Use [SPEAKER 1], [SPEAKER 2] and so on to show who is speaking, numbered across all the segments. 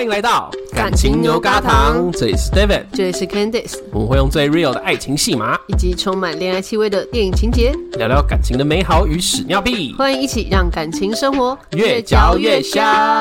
[SPEAKER 1] 迎来到感情牛轧糖，这里是 David，
[SPEAKER 2] 这里是 Candice，
[SPEAKER 1] 我们会用最 real 的爱情戏码
[SPEAKER 2] 以及充满恋爱气味的电影情节，
[SPEAKER 1] 聊聊感情的美好与屎尿屁，
[SPEAKER 2] 欢迎一起让感情生活
[SPEAKER 1] 越嚼越香。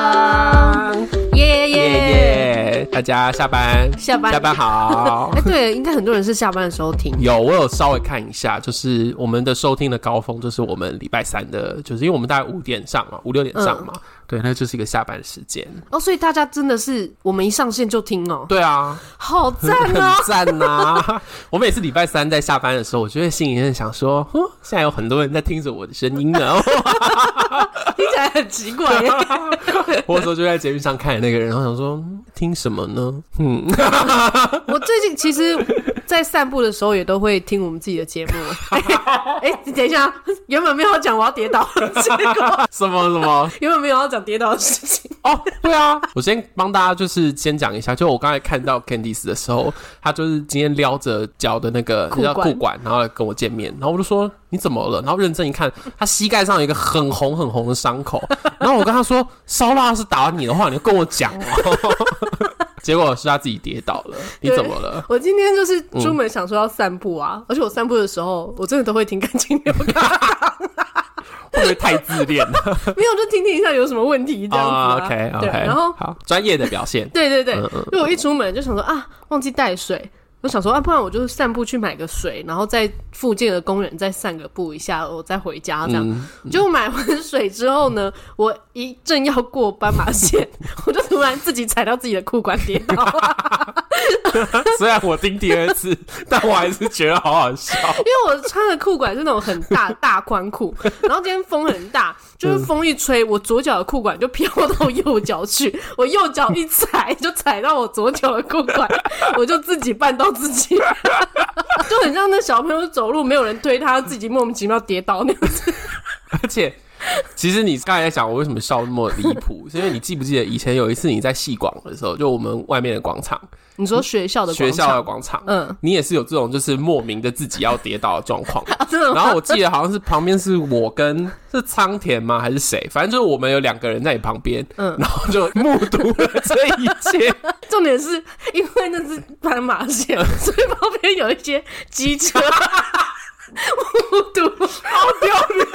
[SPEAKER 2] 耶耶！
[SPEAKER 1] 大家下班好。
[SPEAKER 2] 对，应该很多人是下班的时候听。
[SPEAKER 1] 有，我有稍微看一下，就是我们的收听的高峰，就是我们礼拜三的，就是因为我们大概5点上嘛，5、6点上嘛。对，那就是一个下班时间
[SPEAKER 2] 哦，所以大家真的是我们一上线就听哦。
[SPEAKER 1] 对啊，
[SPEAKER 2] 好赞哦，
[SPEAKER 1] 很赞啊！我每次礼拜三在下班的时候，我就会心里面想说，现在有很多人在听着我的声音呢，
[SPEAKER 2] 听起来很奇怪。
[SPEAKER 1] 或者说就在节目上看的那个人，然后想说听什么呢？
[SPEAKER 2] 我最近其实，在散步的时候也都会听我们自己的节目。等一下，原本没有讲我要跌倒，结果
[SPEAKER 1] 什么？
[SPEAKER 2] 原本没有要讲跌倒的事情。
[SPEAKER 1] 哦，对啊，我先帮大家就是先讲一下，就我刚才看到 Candice 的时候，他就是今天撩着脚的那个裤管，然后来跟我见面，然后我就说你怎么了？然后认真一看，他膝盖上有一个很红的伤口，然后我跟他说，烧腊是打你的话，你就跟我讲哦。结果是他自己跌倒了，你怎么了？
[SPEAKER 2] 我今天就是出门想说要散步啊，而且我散步的时候，我真的都会听感情牛轧糖。
[SPEAKER 1] 会不会太自恋了？
[SPEAKER 2] 没有，就听听一下有什么问题这样子啊。
[SPEAKER 1] OK，
[SPEAKER 2] 对，然后
[SPEAKER 1] 好，专业的表现。
[SPEAKER 2] 对，因为我一出门就想说啊，忘记带水。我想说啊，不然我就散步去买个水，然后在附近的公园再散个步一下，我再回家这样。就买完水之后呢，我正要过斑马线，我就突然自己踩到自己的裤管跌倒。
[SPEAKER 1] 虽然我听第2次，但我还是觉得好好笑。
[SPEAKER 2] 因为我穿的裤管是那种很大宽裤，然后今天风很大，就是风一吹，我左脚的裤管就飘到右脚去，我右脚一踩就踩到我左脚的裤管，我就自己绊到自己，就很像那小朋友走路没有人推他，自己莫名其妙跌倒那样子。
[SPEAKER 1] 而且其实你刚才在讲我为什么笑那么离谱，是因为你记不记得以前有一次你在戏广的时候，就我们外面的广场，你说
[SPEAKER 2] 学校的
[SPEAKER 1] 广场，你也是有这种就是莫名的自己要跌倒的状况。
[SPEAKER 2] 真的吗？
[SPEAKER 1] 然后我记得好像是旁边是我跟是仓田吗还是谁，反正就是我们有2个人在你旁边，然后就目睹了这一切。
[SPEAKER 2] 重点是因为那是斑马线，所以旁边有一些机车目睹，
[SPEAKER 1] 好丢脸。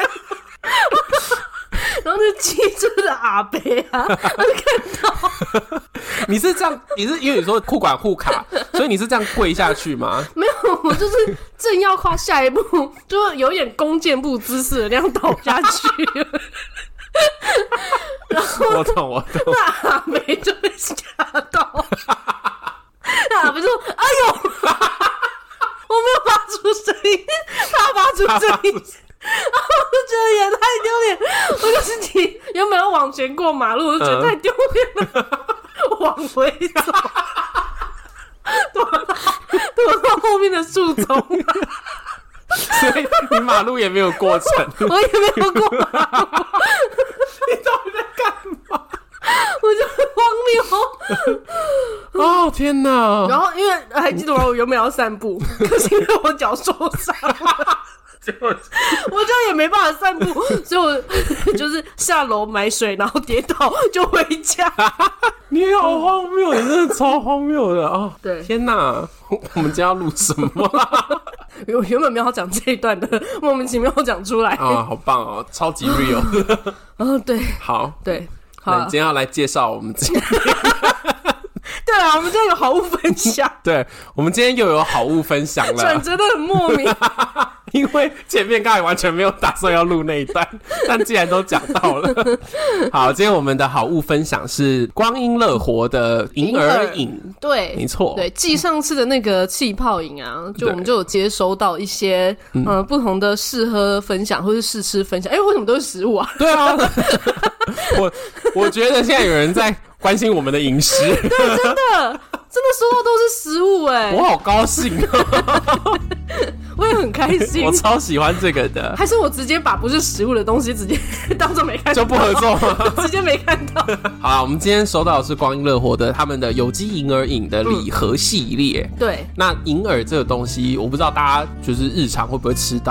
[SPEAKER 2] 然后那机车的阿伯啊，他就看到。
[SPEAKER 1] 你是这样，你是因为你说裤管护卡，所以你是这样跪下去吗？
[SPEAKER 2] 没有，我就是正要跨下一步，就有点弓箭步姿势的那样倒下去。然后
[SPEAKER 1] 我懂。
[SPEAKER 2] 那阿伯就被吓到，那阿伯就说：“哎呦，我没有发出声音，他发出声音。”然后我就觉得也太丢脸，我就自己原本要往前过马路，我就觉得太丢脸了，往回走，躲到后面的树丛。
[SPEAKER 1] 所以你马路也没有过程，
[SPEAKER 2] 我也没有过马路。
[SPEAKER 1] 你到底在干嘛？
[SPEAKER 2] 我就很荒
[SPEAKER 1] 谬。哦天哪！
[SPEAKER 2] 然后因为还记得我原本要散步，可是因为我脚受伤了。我就也没办法散步，所以我就是下楼买水，然后跌倒就回家。
[SPEAKER 1] 你好荒谬，你真的超荒谬的哦！
[SPEAKER 2] 对，
[SPEAKER 1] 天哪，我们今天要录什么？
[SPEAKER 2] 我原本没有讲这一段的，莫名其妙讲出来
[SPEAKER 1] 啊，好棒哦，超级 real。
[SPEAKER 2] 对，
[SPEAKER 1] 好，
[SPEAKER 2] 对，
[SPEAKER 1] 好，那你今天要来介绍我们今天。
[SPEAKER 2] 对啊，我们今天有好物分享。
[SPEAKER 1] 对，我们今天又有好物分享了，
[SPEAKER 2] 转折得很莫名。
[SPEAKER 1] 因为前面刚才完全没有打算要录那一段，但既然都讲到了，好，今天我们的好物分享是光阴乐活的银耳饮。
[SPEAKER 2] 对，
[SPEAKER 1] 没错，
[SPEAKER 2] 对，继上次的那个气泡饮啊，就我们就有接收到一些不同的试喝分享或是试吃分享。为什么都是食物啊？
[SPEAKER 1] 对啊，我觉得现在有人在关心我们的饮食。
[SPEAKER 2] 对，真的说到都是食物
[SPEAKER 1] 我好高兴哦。
[SPEAKER 2] 我也很开心，
[SPEAKER 1] 我超喜欢这个的。
[SPEAKER 2] 还是我直接把不是食物的东西直接当作没看到，
[SPEAKER 1] 就不合作吗？
[SPEAKER 2] 直接没看到。
[SPEAKER 1] 好啦，我们今天收到的是光阴乐活的他们的有机银耳饮的礼盒系列。
[SPEAKER 2] 对，
[SPEAKER 1] 那银耳这个东西，我不知道大家就是日常会不会吃到。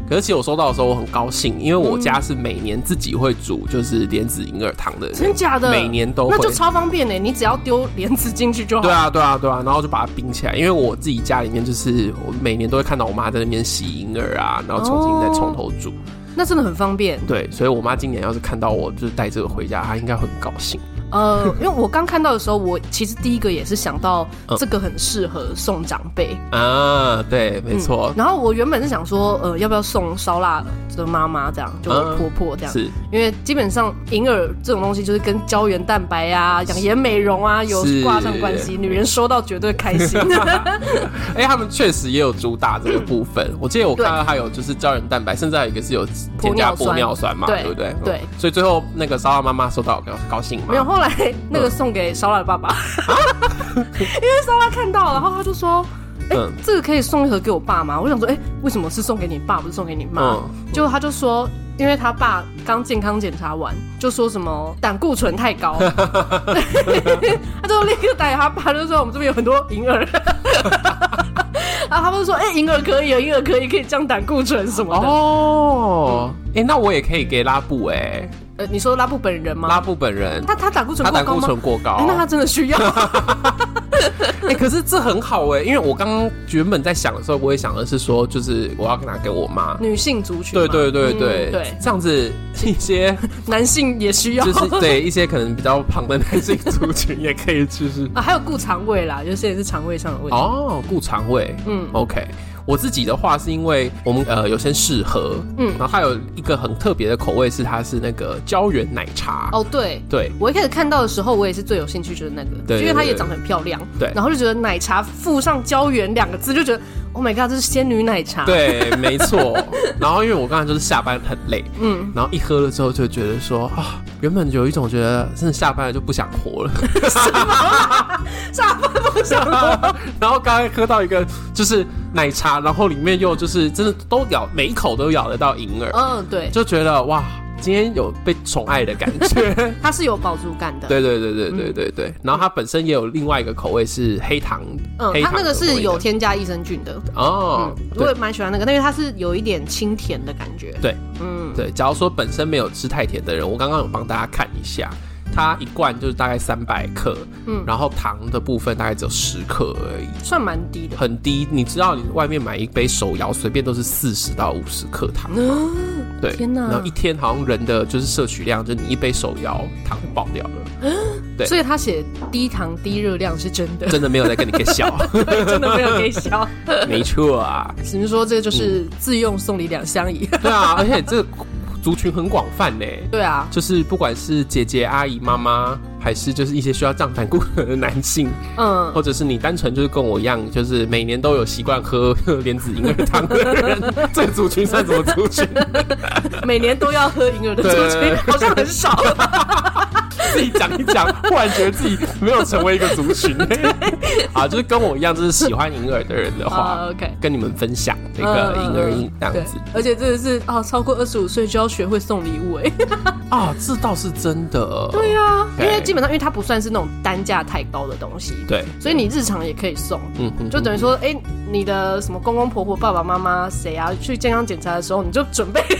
[SPEAKER 1] 可是其实我收到的时候我很高兴，因为我家是每年自己会煮就是莲子银耳汤的人。
[SPEAKER 2] 真假的？
[SPEAKER 1] 每年都会。
[SPEAKER 2] 那就超方便耶，你只要丢莲子进去就好。
[SPEAKER 1] 对啊对啊对啊，然后就把它冰起来，因为我自己家里面就是我每年都会看到我妈在那边洗银耳啊，然后重新再从头煮。
[SPEAKER 2] 那真的很方便。
[SPEAKER 1] 对，所以我妈今年要是看到我就是带这个回家，她应该会很高兴。
[SPEAKER 2] 因为我刚看到的时候，我其实第一个也是想到这个很适合送长辈
[SPEAKER 1] 啊，对，没错。
[SPEAKER 2] 然后我原本是想说，要不要送烧腊的妈妈这样，就婆婆这样，
[SPEAKER 1] 是因
[SPEAKER 2] 为基本上银耳这种东西就是跟胶原蛋白啊、养颜美容啊有挂上关系，女人收到绝对开心。
[SPEAKER 1] 他们确实也有主打这个部分。我记得我看到它有就是胶原蛋白，甚至还有一个是有添加玻尿酸嘛，对不对？
[SPEAKER 2] 对。
[SPEAKER 1] 所以最后那个烧腊妈妈收到高兴吗？
[SPEAKER 2] 没有。后来那个送给烧腊的爸爸，因为烧腊看到了，然后他就说：“这个可以送一盒给我爸吗？”我想说：“为什么是送给你爸，不是送给你妈？”结果他就说：“因为他爸刚健康检查完，就说什么胆固醇太高，他就立刻打给他爸，就说我们这边有很多银耳。”然后他们就说：“银耳可以，银耳可以降胆固醇什么的。”
[SPEAKER 1] 哦，那我也可以给拉布
[SPEAKER 2] 你说拉布本人吗？
[SPEAKER 1] 拉布本人，
[SPEAKER 2] 他胆固醇过高吗？
[SPEAKER 1] 他胆固醇过高，
[SPEAKER 2] 那他真的需要。
[SPEAKER 1] 可是这很好因为我刚刚原本在想的时候，我也想的是说，就是我要拿给我妈，
[SPEAKER 2] 女性族群，
[SPEAKER 1] 对，这样子一些
[SPEAKER 2] 男性也需要，
[SPEAKER 1] 就是对一些可能比较胖的男性族群也可以就是
[SPEAKER 2] 还有顾肠胃啦，有些也是肠胃上的问题
[SPEAKER 1] 顾肠胃，OK。我自己的话是因为我们有先试喝，然后它有一个很特别的口味，是它是那个胶原奶茶。对，
[SPEAKER 2] 我一开始看到的时候，我也是最有兴趣就是那个，对，因为它也长得很漂亮，对，然后就觉得奶茶附上胶原2个字，就觉得 Oh my god， 这是仙女奶茶。
[SPEAKER 1] 对，没错。然后因为我刚才就是下班很累，然后一喝了之后就觉得说原本有一种觉得真的下班了就不想活了。
[SPEAKER 2] 什么？下班不想活？
[SPEAKER 1] 然后刚才喝到一个就是奶茶，然后里面又就是真的都每一口都咬得到银耳，
[SPEAKER 2] 对，
[SPEAKER 1] 就觉得哇，今天有被宠爱的感觉。
[SPEAKER 2] 它是有饱足感的。
[SPEAKER 1] 对。然后它本身也有另外一个口味是黑糖，
[SPEAKER 2] 它那个是有添加益生菌的。我也蛮喜欢那个，因为它是有一点清甜的感觉。
[SPEAKER 1] 对，对。假如说本身没有吃太甜的人，我刚刚有帮大家看一下。它一罐就是大概300克，然后糖的部分大概只有10克而已，
[SPEAKER 2] 算蛮低的，
[SPEAKER 1] 很低。你知道你外面买一杯手摇随便都是40到50克糖，对，
[SPEAKER 2] 天哪！
[SPEAKER 1] 然后一天好像人的就是摄取量，就是你一杯手摇糖就爆掉了，对。
[SPEAKER 2] 所以他写低糖低热量是真的，
[SPEAKER 1] 真的没有在跟你给笑，
[SPEAKER 2] 真的没有给笑，
[SPEAKER 1] 没错啊。
[SPEAKER 2] 只是说这个就是自用送礼2相宜，
[SPEAKER 1] 对啊，而且这个族群很广泛呢。
[SPEAKER 2] 对啊，
[SPEAKER 1] 就是不管是姐姐、阿姨、妈妈，还是就是一些需要降胆固醇的男性，或者是你单纯就是跟我一样，就是每年都有习惯喝莲子银耳汤的人，这个族群算什么族群？
[SPEAKER 2] 每年都要喝银耳的族群，好像很少。
[SPEAKER 1] 自己讲一讲，忽然觉得自己没有成为一个族群。就是跟我一样，就是喜欢银耳的人的话，OK， 跟你们分享那个银耳饮这样子。
[SPEAKER 2] 而且真的是超过25岁就要学会送礼物
[SPEAKER 1] 这倒是真的。
[SPEAKER 2] 对啊，因为基本上因为它不算是那种单价太高的东西，对，所以你日常也可以送。就等于说，你的什么公公婆婆、爸爸妈妈谁啊去健康检查的时候，你就准备。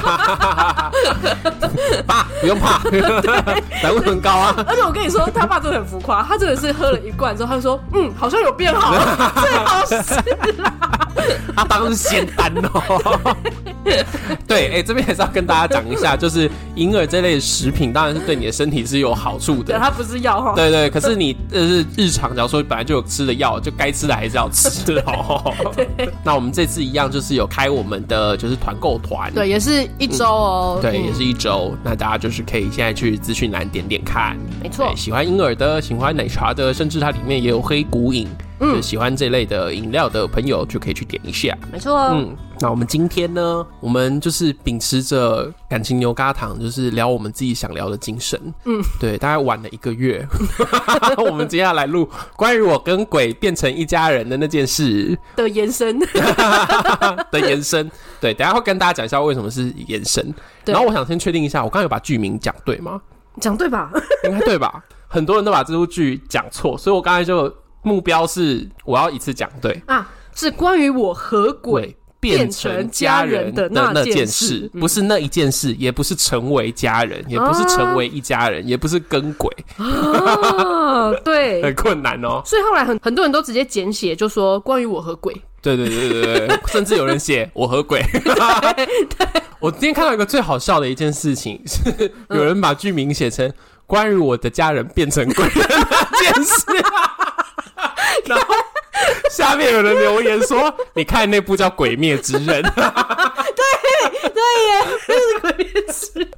[SPEAKER 1] 爸，不用怕。胆固醇高啊！
[SPEAKER 2] 而且我跟你说，他爸真的很浮夸，他真的是喝了一罐之后，他就说：“好像有变好了，最好是啦。”
[SPEAKER 1] 他当然是仙丹哦。对，这边还是要跟大家讲一下，就是银耳这类的食品，当然是对你的身体是有好处的。
[SPEAKER 2] 对，它不是药
[SPEAKER 1] 对，可是你是日常，假如说本来就有吃的药，就该吃的还是要吃哦。对。那我们这次一样，就是有开我们的就是团购团，
[SPEAKER 2] 对，也是1周哦。
[SPEAKER 1] 对，也是1周。那大家就是可以现在去资讯栏点点看。
[SPEAKER 2] 没错。
[SPEAKER 1] 喜欢银耳的，喜欢奶茶的，甚至它里面也有黑谷饮。喜欢这类的饮料的朋友就可以去点一下。
[SPEAKER 2] 没错。
[SPEAKER 1] 那我们今天呢，我们就是秉持着感情牛轧糖，就是聊我们自己想聊的精神。对，大概晚了1个月，我们接下来录关于我跟鬼变成一家人的那件事
[SPEAKER 2] 的延伸
[SPEAKER 1] 的延伸。对，等一下会跟大家讲一下为什么是延伸。然后我想先确定一下，我刚才有把剧名讲对吗？
[SPEAKER 2] 讲对吧？
[SPEAKER 1] 应该对吧？很多人都把这部剧讲错，所以我刚才就目标是我要一次讲对
[SPEAKER 2] 啊，是关于我和鬼
[SPEAKER 1] 变成家人的那件事，不是那一件事，也不是成为家人，也不是成为一家人，也不是跟鬼
[SPEAKER 2] 对，
[SPEAKER 1] 很困难哦。
[SPEAKER 2] 所以后来很多人都直接简写，就说关于我和鬼。
[SPEAKER 1] 对，甚至有人写我和鬼。对，我今天看到一个最好笑的一件事情，是有人把剧名写成关于我的家人变成鬼的那件事。然后下面有人留言说：“你看那部叫《鬼灭之刃》。”
[SPEAKER 2] 对耶，那是《鬼灭之刃》。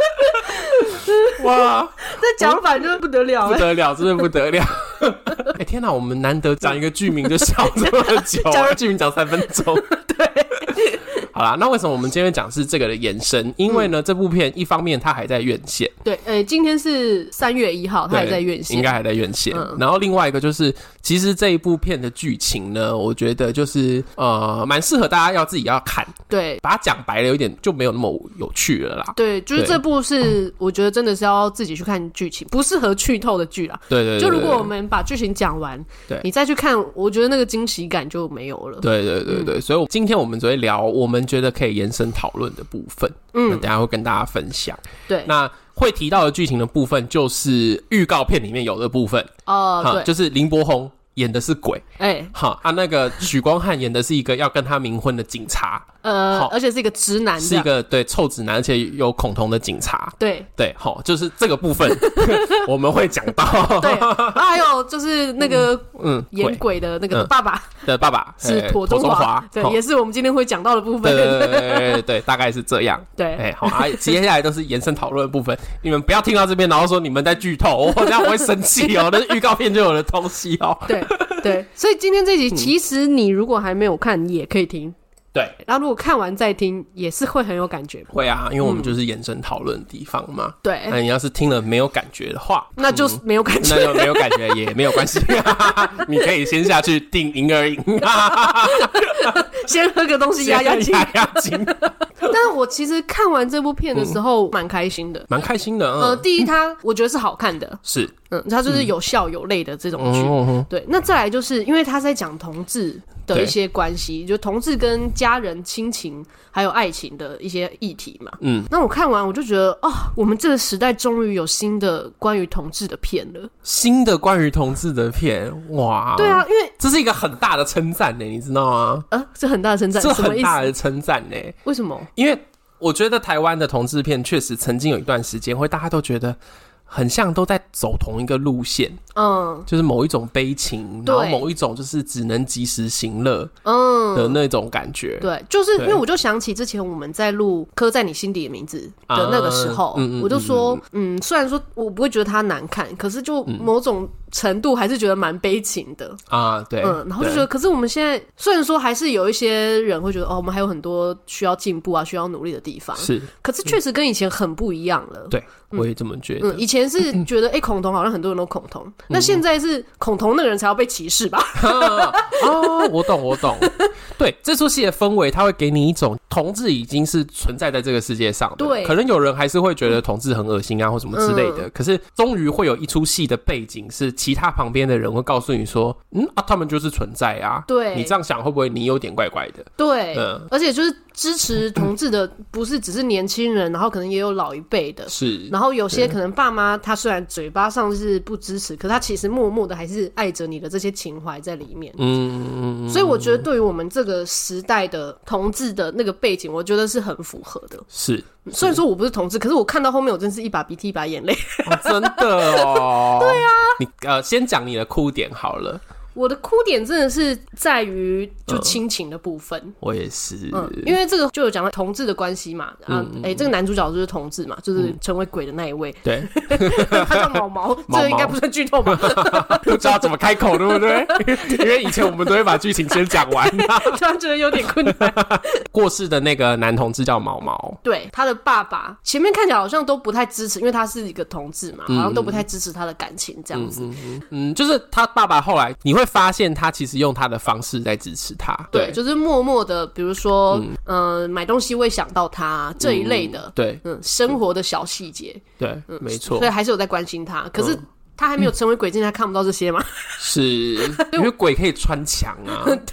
[SPEAKER 1] 哇，
[SPEAKER 2] 这讲法就不得了，
[SPEAKER 1] 不得了，真的不得了！天哪，我们难得讲一个剧名就笑这么久，讲剧名讲3分钟。
[SPEAKER 2] 对。
[SPEAKER 1] 好啦，那为什么我们今天讲是这个的延伸？因为呢，这部片一方面它还在院线，
[SPEAKER 2] 对，今天是3月1号，它还在院线，
[SPEAKER 1] 应该还在院线。然后另外一个就是，其实这一部片的剧情呢，我觉得就是蛮适合大家要自己要看，
[SPEAKER 2] 对，
[SPEAKER 1] 把它讲白了有点就没有那么有趣了啦。
[SPEAKER 2] 对，就是这部是我觉得真的是要自己去看剧情，不适合剧透的剧啦。
[SPEAKER 1] 对，
[SPEAKER 2] 就如果我们把剧情讲完，对，你再去看，我觉得那个惊喜感就没有了。
[SPEAKER 1] 对，所以今天我们只会聊我们觉得可以延伸讨论的部分，等一下会跟大家分享。对，那会提到的剧情的部分就是预告片里面有的部分对，就是林柏宏演的是鬼，那个许光汉演的是一个要跟他冥婚的警察，
[SPEAKER 2] 而且是一个直男，
[SPEAKER 1] 是一个对臭直男，而且有恐同的警察，
[SPEAKER 2] 对，
[SPEAKER 1] 就是这个部分我们会讲到。
[SPEAKER 2] 对，还有就是那个演鬼的那个爸爸是妥中华，对，也是我们今天会讲到的部分。
[SPEAKER 1] 对，大概是这样。
[SPEAKER 2] 对，
[SPEAKER 1] 好，接下来都是延伸讨论的部分，你们不要听到这边然后说你们在剧透，这样我会生气哦。那是预告片就有的东西哦。
[SPEAKER 2] 对，所以今天这集其实你如果还没有看，你也可以听。
[SPEAKER 1] 对，
[SPEAKER 2] 然后如果看完再听，也是会很有感觉。
[SPEAKER 1] 会啊，因为我们就是延伸讨论的地方嘛。
[SPEAKER 2] 对，
[SPEAKER 1] 那你要是听了没有感觉的话，
[SPEAKER 2] 那就是没有感觉，
[SPEAKER 1] 那就没有感觉也没有关系。你可以先下去订银耳饮，
[SPEAKER 2] 先喝个东西压压惊。但是我其实看完这部片的时候蛮开心的，第一，我觉得是好看的，
[SPEAKER 1] 是，
[SPEAKER 2] 它就是有笑有泪的这种剧。对，那再来就是因为他在讲同志的一些关系，就同志跟家人、亲情还有爱情的一些议题嘛。那我看完我就觉得，我们这个时代终于有新的关于同志的片了。
[SPEAKER 1] 新的关于同志的片，哇！
[SPEAKER 2] 对啊，因为
[SPEAKER 1] 这是一个很大的称赞呢，你知道吗？
[SPEAKER 2] 这很大的称赞，
[SPEAKER 1] 这很大的称赞呢。
[SPEAKER 2] 为什么？
[SPEAKER 1] 因为我觉得台湾的同志片确实曾经有一段时间，会大家都觉得很像都在走同一个路线，就是某一种悲情，然后某一种就是只能及时行乐的那种感觉。
[SPEAKER 2] 对，就是因为我就想起之前我们在录《刻在你心底的名字》的那个时候，我就说，虽然说我不会觉得它难看，可是就某种程度还是觉得蛮悲情的
[SPEAKER 1] 对，
[SPEAKER 2] 然后就觉得，可是我们现在虽然说还是有一些人会觉得，我们还有很多需要进步啊、需要努力的地方，
[SPEAKER 1] 是，
[SPEAKER 2] 可是确实跟以前很不一样了。
[SPEAKER 1] 对，我也这么觉得。
[SPEAKER 2] 以前是觉得，恐同好像很多人都恐同，那现在是恐同那个人才要被歧视吧？
[SPEAKER 1] 我懂。对，这出戏的氛围，它会给你一种同志已经是存在在这个世界上的。
[SPEAKER 2] 对，
[SPEAKER 1] 可能有人还是会觉得同志很恶心啊，或什么之类的。可是终于会有一出戏的背景是其他旁边的人会告诉你说，他们就是存在啊。
[SPEAKER 2] 对，
[SPEAKER 1] 你这样想会不会你有点怪怪的？
[SPEAKER 2] 对，而且就是支持同志的不是只是年轻人，然后可能也有老一辈的，
[SPEAKER 1] 是，
[SPEAKER 2] 然后有些可能爸妈他虽然嘴巴上是不支持，可他其实默默的还是爱着你的这些情怀在里面。所以我觉得对于我们这个时代的同志的那个背景，我觉得是很符合的。
[SPEAKER 1] 是，
[SPEAKER 2] 虽然说我不是同志，可是我看到后面我真是一把鼻涕一把眼泪。
[SPEAKER 1] 真的哦。
[SPEAKER 2] 对啊，
[SPEAKER 1] 你先讲你的哭点好了。
[SPEAKER 2] 我的哭点真的是在于就亲情的部分。
[SPEAKER 1] 我也是，
[SPEAKER 2] 因为这个就有讲到同志的关系嘛。这个男主角就是同志嘛，就是成为鬼的那一位。
[SPEAKER 1] 对，
[SPEAKER 2] 他叫毛毛，这应该不算剧透吧？
[SPEAKER 1] 不知道怎么开口，对不对？因为以前我们都会把剧情先讲完，
[SPEAKER 2] 突然觉得有点困难。
[SPEAKER 1] 过世的那个男同志叫毛毛，
[SPEAKER 2] 对，他的爸爸前面看起来好像都不太支持，因为他是一个同志嘛，好像都不太支持他的感情这样子。
[SPEAKER 1] 就是他爸爸后来你会发现他其实用他的方式在支持他。
[SPEAKER 2] 对，就是默默的，比如说买东西会想到他这一类的。
[SPEAKER 1] 对，
[SPEAKER 2] 生活的小细节。
[SPEAKER 1] 对，没错。
[SPEAKER 2] 所以还是有在关心他，可是他还没有成为鬼之前，他看不到这些嘛？
[SPEAKER 1] 是，因为鬼可以穿墙啊。
[SPEAKER 2] 对，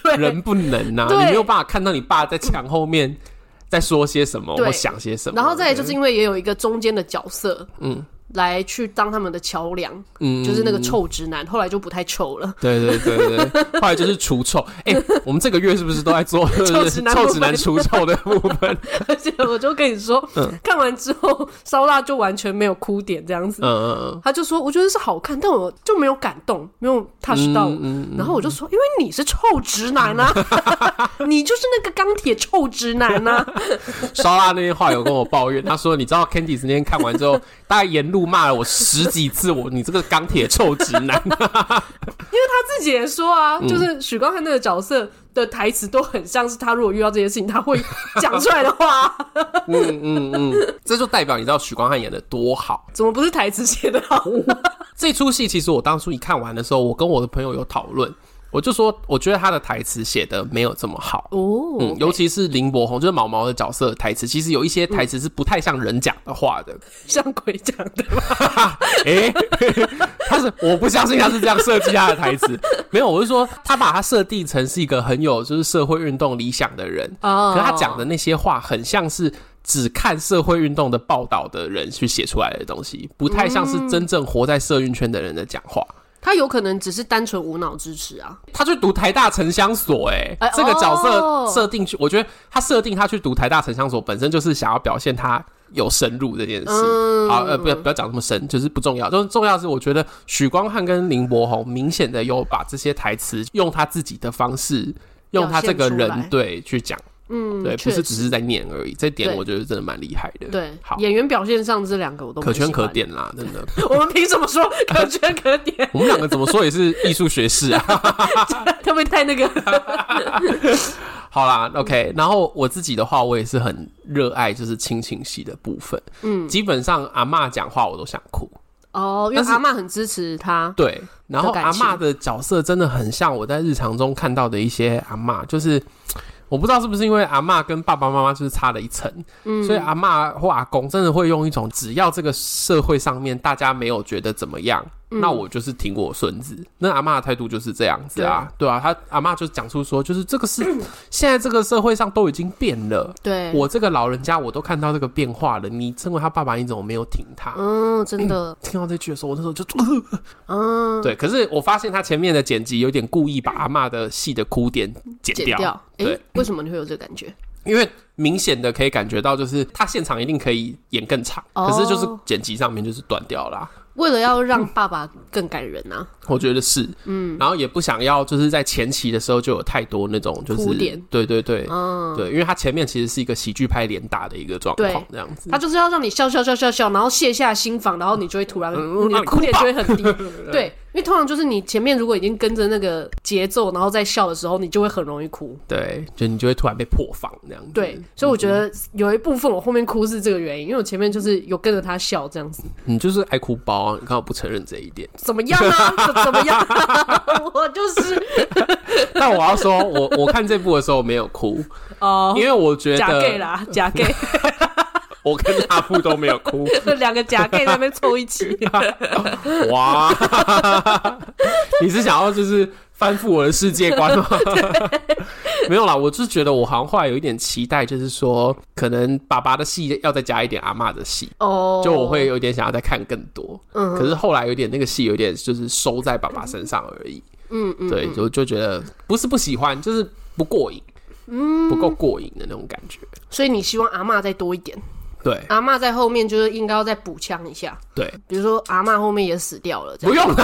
[SPEAKER 1] 人不能啊，你没有办法看到你爸在墙后面在说些什么或想些什么。
[SPEAKER 2] 然后再来就是因为也有一个中间的角色，来去当他们的桥梁，就是那个臭直男，后来就不太臭了。
[SPEAKER 1] 对，后来就是除臭。我们这个月是不是都在做臭直男除臭的部分？
[SPEAKER 2] 而且我就跟你说，看完之后，烧腊就完全没有哭点这样子。他就说，我觉得是好看，但我就没有感动，没有 touch 到我。然后我就说，因为你是臭直男啊，你就是那个钢铁臭直男啊。
[SPEAKER 1] 烧腊那天话有跟我抱怨，他说，你知道 Candice 那天看完之后，大概沿路骂了我10几次，你这个钢铁臭直男。因为
[SPEAKER 2] 他自己也说啊，就是许光汉那个角色的台词都很像是他如果遇到这些事情他会讲出来的话。
[SPEAKER 1] 这就代表你知道许光汉演的多好。
[SPEAKER 2] 怎么不是台词写的好？
[SPEAKER 1] 这出戏其实我当初一看完的时候，我跟我的朋友有讨论，我就说我觉得他的台词写的没有这么好尤其是林柏宏就是毛毛的角色的台词，其实有一些台词是不太像人讲的话的，
[SPEAKER 2] 像鬼讲的吗？
[SPEAKER 1] 我不相信他是这样设计他的台词。没有，我是说他把他设定成是一个很有就是社会运动理想的人，可是他讲的那些话很像是只看社会运动的报道的人去写出来的东西，不太像是真正活在社运圈的人的讲话。
[SPEAKER 2] 他有可能只是单纯无脑支持啊。
[SPEAKER 1] 他去读台大城乡所这个角色设定我觉得他设定他去读台大城乡所本身就是想要表现他有深入这件事。好，不要讲那么深，就是不重要。就是重要的是，我觉得许光汉跟林柏宏明显的有把这些台词用他自己的方式，用他这个人对去讲。对，不是只是在念而已，这点我觉得真的蛮厉害的。
[SPEAKER 2] 对，
[SPEAKER 1] 好，
[SPEAKER 2] 演员表现上这两个我都
[SPEAKER 1] 可圈可点啦，真的。
[SPEAKER 2] 我们凭什么说可圈可点？
[SPEAKER 1] 我们两个怎么说也是艺术学士啊，
[SPEAKER 2] 会不会太那个？
[SPEAKER 1] 好啦 ，OK。然后我自己的话，我也是很热爱就是亲情戏的部分。基本上阿嬷讲话我都想哭。
[SPEAKER 2] 因为阿嬷很支持他。
[SPEAKER 1] 对，然后阿嬷的角色真的很像我在日常中看到的一些阿嬷，就是我不知道是不是因为阿嬷跟爸爸妈妈就是差了一层，所以阿嬷或阿公真的会用一种只要这个社会上面大家没有觉得怎么样，那我就是挺我孙子。那阿嬷的态度就是这样子啊，对啊，阿嬷就讲出说，就是这个是现在这个社会上都已经变了，
[SPEAKER 2] 对，
[SPEAKER 1] 我这个老人家我都看到这个变化了，你身为他爸爸，你怎么没有挺他？
[SPEAKER 2] 真的。
[SPEAKER 1] 听到这句的时候，我那时候就对，可是我发现他前面的剪辑有点故意把阿嬷的戏的哭点剪掉。
[SPEAKER 2] 对，为什么你会有这个感觉？
[SPEAKER 1] 因为明显的可以感觉到，就是他现场一定可以演更长，可是就是剪辑上面就是断掉啦。
[SPEAKER 2] 为了要让爸爸更感人啊，
[SPEAKER 1] 我觉得是，然后也不想要就是在前期的时候就有太多那种就是
[SPEAKER 2] 哭点，
[SPEAKER 1] 对，对，因为他前面其实是一个喜剧拍连打的一个状况，这样子，
[SPEAKER 2] 他就是要让你笑，然后卸下心防，然后你就会突然你的哭点就会很低，对，因为通常就是你前面如果已经跟着那个节奏，然后在笑的时候，你就会很容易哭，
[SPEAKER 1] 对，就你就会突然被破防这样子，
[SPEAKER 2] 对，所以我觉得有一部分我后面哭是这个原因，因为我前面就是有跟着他笑这样子，
[SPEAKER 1] 你就是爱哭包啊，你看我不承认这一点，
[SPEAKER 2] 怎么样啊？怎么样？我就是，
[SPEAKER 1] 但我要说，我看这部的时候没有哭因为我觉得
[SPEAKER 2] 假 gay 啦，假 gay。
[SPEAKER 1] 我跟阿布都没有哭，
[SPEAKER 2] 两个假 gay 在那边凑一起。
[SPEAKER 1] 哇！你是想要就是翻覆我的世界观吗？没有啦，我就是觉得我好像后来有一点期待，就是说可能爸爸的戏要再加一点阿嬷的戏就我会有一点想要再看更多。可是后来有点那个戏有点就是收在爸爸身上而已。对，就觉得不是不喜欢，就是不过瘾，不够过瘾的那种感觉。
[SPEAKER 2] 所以你希望阿嬷再多一点？
[SPEAKER 1] 对，
[SPEAKER 2] 阿嬷在后面就是应该要再补枪一下。对，比如说阿嬷后面也死掉了，
[SPEAKER 1] 不用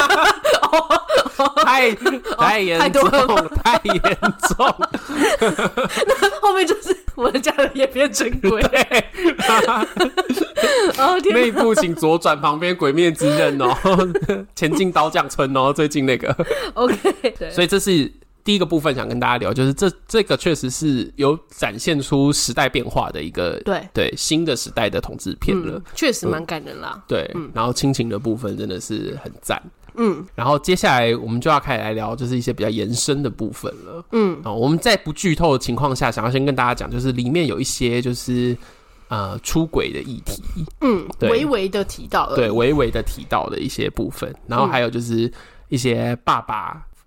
[SPEAKER 1] 太严重，太严重。
[SPEAKER 2] 那后面就是我的家人也变成鬼。
[SPEAKER 1] 那一部请左转旁边《鬼灭之刃》前进刀匠村最近那个。OK， 对，所以这是第一个部分想跟大家聊，就是这个确实是有展现出时代变化的一个对新的时代的统治片了，确
[SPEAKER 2] 实蛮感人啦。
[SPEAKER 1] 对，然后亲情的部分真的是很赞。然后接下来我们就要开始来聊，就是一些比较延伸的部分了。我们在不剧透的情况下，想要先跟大家讲，就是里面有一些就是出轨的议题，
[SPEAKER 2] 微微的提到了，
[SPEAKER 1] 对，微微的提到的一些部分，然后还有就是一些爸爸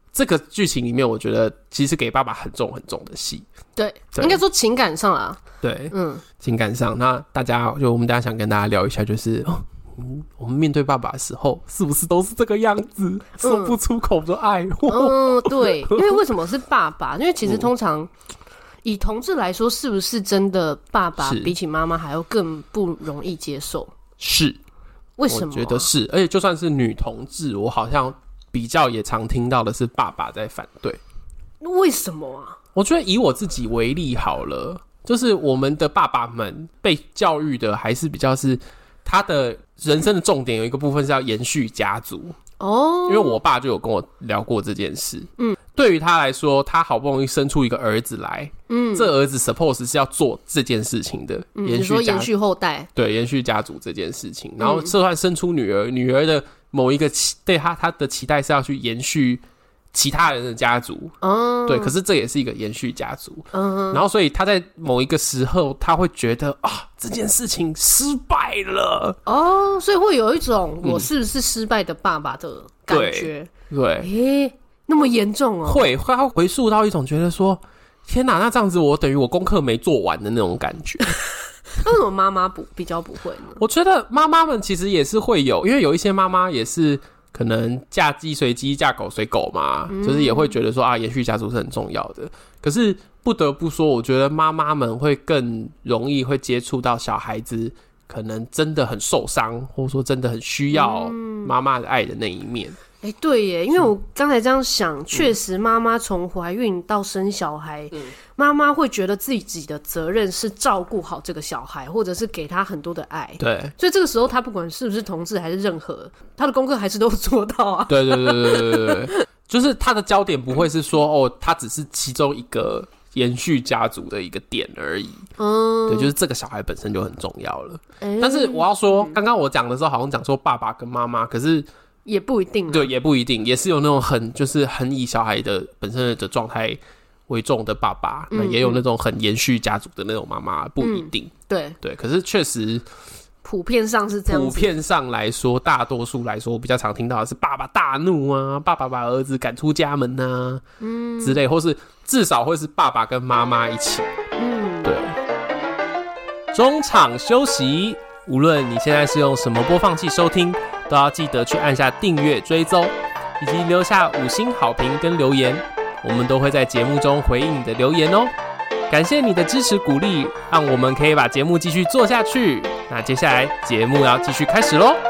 [SPEAKER 1] 这个剧情里面，我觉得其实给爸爸很重很重的戏。
[SPEAKER 2] 对，应该说情感上啊。
[SPEAKER 1] 对，情感上。那我们大家想跟大家聊一下，就是我们面对爸爸的时候，是不是都是这个样子，说不出口的爱？
[SPEAKER 2] 对，因为为什么是爸爸？因为其实通常以同志来说，是不是真的爸爸比起妈妈还要更不容易接受？
[SPEAKER 1] 是，
[SPEAKER 2] 为什么？
[SPEAKER 1] 我觉得是，而且就算是女同志，我好像比较也常听到的是爸爸在反对。
[SPEAKER 2] 为什么啊？
[SPEAKER 1] 我觉得以我自己为例好了，就是我们的爸爸们被教育的还是比较是他的人生的重点有一个部分是要延续家族哦，因为我爸就有跟我聊过这件事。对于他来说，他好不容易生出一个儿子来，这儿子 suppose 是要做这件事情的，
[SPEAKER 2] 你说延续后代，
[SPEAKER 1] 对，延续家族这件事情。然后就算生出女儿，女儿的某一个对他的期待是要去延续其他人的家族，对，可是这也是一个延续家族，然后所以他在某一个时候他会觉得这件事情失败了
[SPEAKER 2] 所以会有一种我是不是失败的爸爸的感觉，
[SPEAKER 1] 对，
[SPEAKER 2] 那么严重
[SPEAKER 1] 会他回溯到一种觉得说，天哪，那这样子我等于我功课没做完的那种感觉。
[SPEAKER 2] 那为什么妈妈比较不会呢？
[SPEAKER 1] 我觉得妈妈们其实也是会有，因为有一些妈妈也是可能嫁鸡随鸡嫁狗随狗嘛，就是也会觉得说延续家族是很重要的。可是不得不说，我觉得妈妈们会更容易会接触到小孩子可能真的很受伤，或者说真的很需要妈妈的爱的那一面。
[SPEAKER 2] 对耶，因为我刚才这样想，确实妈妈从怀孕到生小孩，妈妈会觉得自己的责任是照顾好这个小孩，或者是给他很多的爱。
[SPEAKER 1] 对，
[SPEAKER 2] 所以这个时候他不管是不是同志还是任何，他的功课还是都做到啊。
[SPEAKER 1] 对，就是他的焦点不会是说他只是其中一个延续家族的一个点而已。对，就是这个小孩本身就很重要了。但是我要说，刚刚我讲的时候好像讲说爸爸跟妈妈，可是
[SPEAKER 2] 也不一定，
[SPEAKER 1] 对，也不一定，也是有那种就是很以小孩的本身的状态为重的爸爸，那也有那种很延续家族的那种妈妈，不一定。
[SPEAKER 2] 对，
[SPEAKER 1] 可是确实
[SPEAKER 2] 普遍上是这样子。
[SPEAKER 1] 普遍上来说，大多数来说，我比较常听到的是爸爸大怒啊，爸爸把儿子赶出家门啊，之类，或是至少会是爸爸跟妈妈一起。对。中场休息，无论你现在是用什么播放器收听，都要记得去按下订阅追踪，以及留下5星好评跟留言，我们都会在节目中回应你的留言哦。感谢你的支持鼓励，让我们可以把节目继续做下去。那接下来节目要继续开始咯。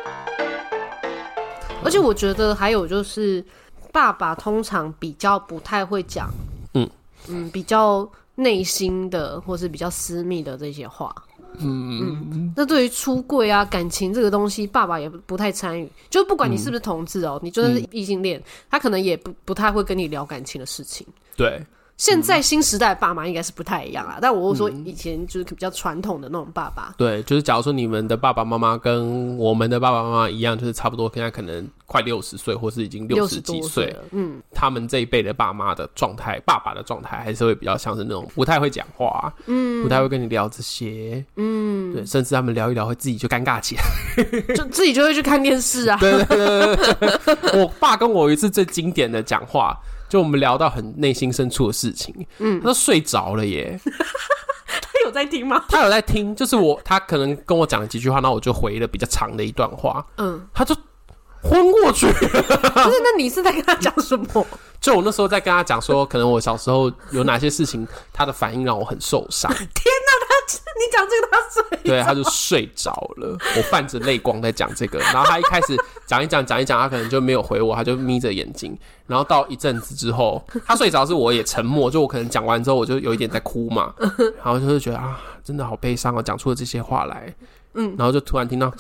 [SPEAKER 2] 而且我觉得还有就是，爸爸通常比较不太会讲，比较内心的或是比较私密的这些话。那对于出柜啊、感情这个东西，爸爸也不太参与。就不管你是不是同志你就算是异性恋，他可能也不太会跟你聊感情的事情。
[SPEAKER 1] 对。
[SPEAKER 2] 现在新时代的爸妈应该是不太一样啦，但我说以前就是比较传统的那种爸爸。
[SPEAKER 1] 对，就是假如说你们的爸爸妈妈跟我们的爸爸妈妈一样，就是差不多现在可能快60岁，或是已经60几岁了。他们这一辈的爸妈的状态，爸爸的状态还是会比较像是那种不太会讲话，不太会跟你聊这些，对，甚至他们聊一聊会自己就尴尬起来，
[SPEAKER 2] 就自己就会去看电视啊。
[SPEAKER 1] 对，我爸跟我有一次最经典的讲话。就我们聊到很内心深处的事情，他都睡着了耶。
[SPEAKER 2] 他有在听吗？
[SPEAKER 1] 他有在听，就是他可能跟我讲了几句话，然后我就回了比较长的一段话，他就昏过去了。不
[SPEAKER 2] 是，那你是在跟他讲什么？
[SPEAKER 1] 就我那时候在跟他讲说，可能我小时候有哪些事情，他的反应让我很受伤。
[SPEAKER 2] 天哪，你讲这个他睡，
[SPEAKER 1] 对，他就睡着了。我泛着泪光在讲这个，然后他一开始讲一讲，他可能就没有回我，他就眯着眼睛。然后到一阵子之后，他睡着，是我也沉默，就我可能讲完之后，我就有一点在哭嘛，然后就是觉得真的好悲伤哦，讲出了这些话来，然后就突然听到。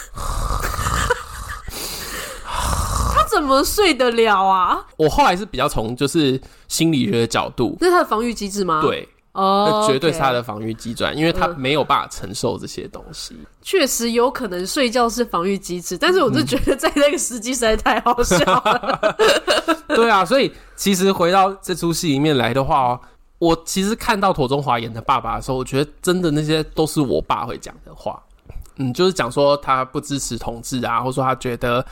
[SPEAKER 2] 怎么睡得了啊？
[SPEAKER 1] 我后来是比较从就是心理学的角度，
[SPEAKER 2] 这是他的防御机制吗？
[SPEAKER 1] 对，绝对是他的防御机制，因为他没有办法承受这些东西。
[SPEAKER 2] 确实有可能睡觉是防御机制，但是我就觉得在那个时机实在太好笑了。
[SPEAKER 1] 对啊，所以其实回到这出戏里面来的话，我其实看到庹宗华演的爸爸的时候，我觉得真的那些都是我爸会讲的话。就是讲说他不支持同志啊，或者说他觉得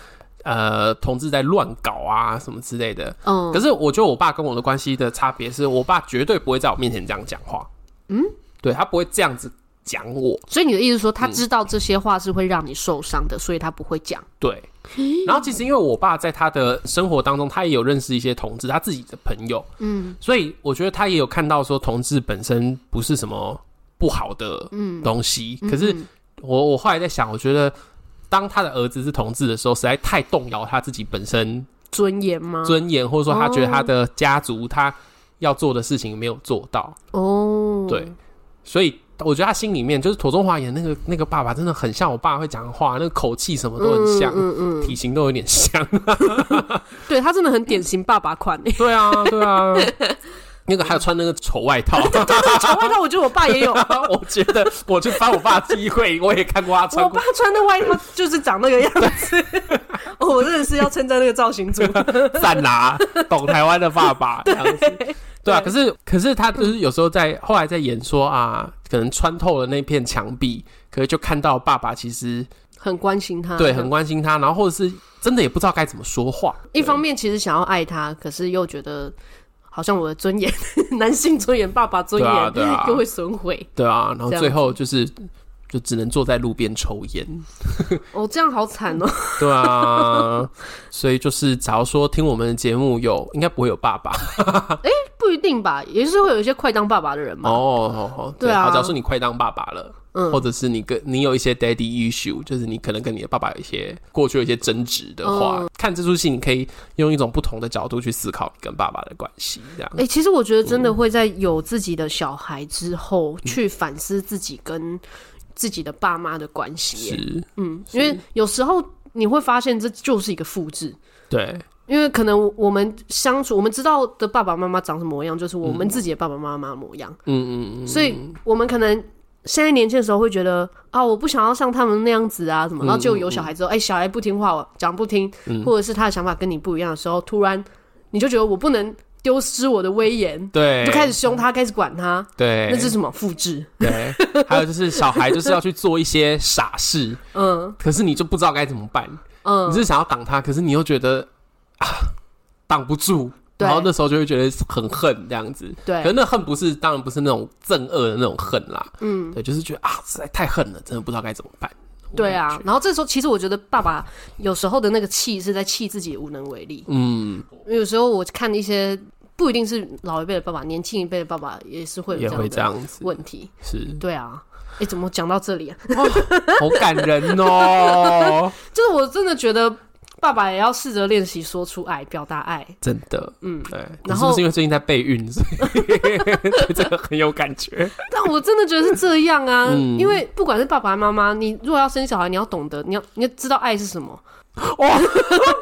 [SPEAKER 1] 同志在乱搞啊什么之类的。可是我觉得我爸跟我的关系的差别是，我爸绝对不会在我面前这样讲话。对，他不会这样子讲我。
[SPEAKER 2] 所以你的意思是说，他知道这些话是会让你受伤的，所以他不会讲。
[SPEAKER 1] 对。然后其实因为我爸在他的生活当中，他也有认识一些同志，他自己的朋友，所以我觉得他也有看到说同志本身不是什么不好的东西。可是我后来在想，我觉得当他的儿子是同志的时候，实在太动摇他自己本身
[SPEAKER 2] 尊严吗？
[SPEAKER 1] 尊严，或者说他觉得他的家族他要做的事情没有做到。对，所以我觉得他心里面就是庹宗华演那个爸爸，真的很像我爸会讲话，那个口气什么都很像，体型都有点像。
[SPEAKER 2] 对，他真的很典型爸爸款。
[SPEAKER 1] 对啊。那个还有穿那个丑外套，
[SPEAKER 2] 对，丑外套，我觉得我爸也有。
[SPEAKER 1] 我觉得我去翻我爸的机会，我也看过他穿过。
[SPEAKER 2] 我爸穿的外套就是长那个样子。我真的是要称赞那个造型组，
[SPEAKER 1] 赞啦，懂台湾的爸爸这样子。对啊，可是他就是有时候后来在演说啊，可能穿透了那片墙壁，可是就看到爸爸其实
[SPEAKER 2] 很关心他，
[SPEAKER 1] 对，很关心他，然后或者是真的也不知道该怎么说话。
[SPEAKER 2] 一方面其实想要爱他，可是又觉得好像我的尊严，男性尊严、爸爸尊严，又会损毁。
[SPEAKER 1] 对啊，然后最后就只能坐在路边抽烟。
[SPEAKER 2] 这样好惨哦。
[SPEAKER 1] 对啊，所以就是假如说听我们的节目应该不会有爸爸。
[SPEAKER 2] 不一定吧，也是会有一些快当爸爸的人嘛。
[SPEAKER 1] 对啊。好，假如说你快当爸爸了，或者是你有一些 daddy issue， 就是你可能跟你的爸爸过去有一些争执的话，看这出戏你可以用一种不同的角度去思考你跟爸爸的关系。这样。
[SPEAKER 2] 其实我觉得真的会在有自己的小孩之后，去反思自己跟自己的爸妈的关系。因为有时候你会发现这就是一个复制。对。因为可能我们相处，我们知道的爸爸妈妈长什么模样，就是我们自己的爸爸妈妈模样。所以我们可能现在年轻的时候会觉得我不想要像他们那样子啊什么，然后就有小孩之后，小孩不听话，讲不听，或者是他的想法跟你不一样的时候，突然你就觉得我不能丢失我的威严，对，就开始凶他，开始管他，对，那是什么复制？对，
[SPEAKER 1] 还有就是小孩就是要去做一些傻事，可是你就不知道该怎么办，你是想要挡他，可是你又觉得挡不住，然后那时候就会觉得很恨这样子。对，可是那恨当然不是那种憎恶的那种恨啦。对，就是觉得实在太恨了，真的不知道该怎么办。
[SPEAKER 2] 对啊，然后这时候其实我觉得爸爸有时候的那个气是在气自己无能为力。有时候我看一些不一定是老一辈的爸爸，年轻一辈的爸爸也是会有这样的问题。是，对啊。怎么讲到这里啊？
[SPEAKER 1] 好感人哦！
[SPEAKER 2] 就是我真的觉得爸爸也要试着练习说出爱，表达爱。
[SPEAKER 1] 真的，对。然后是不是因为最近在备孕，所以对这个很有感觉？
[SPEAKER 2] 但我真的觉得是这样啊，因为不管是爸爸妈妈，你如果要生小孩，你要懂得，你要知道爱是什么。哇！你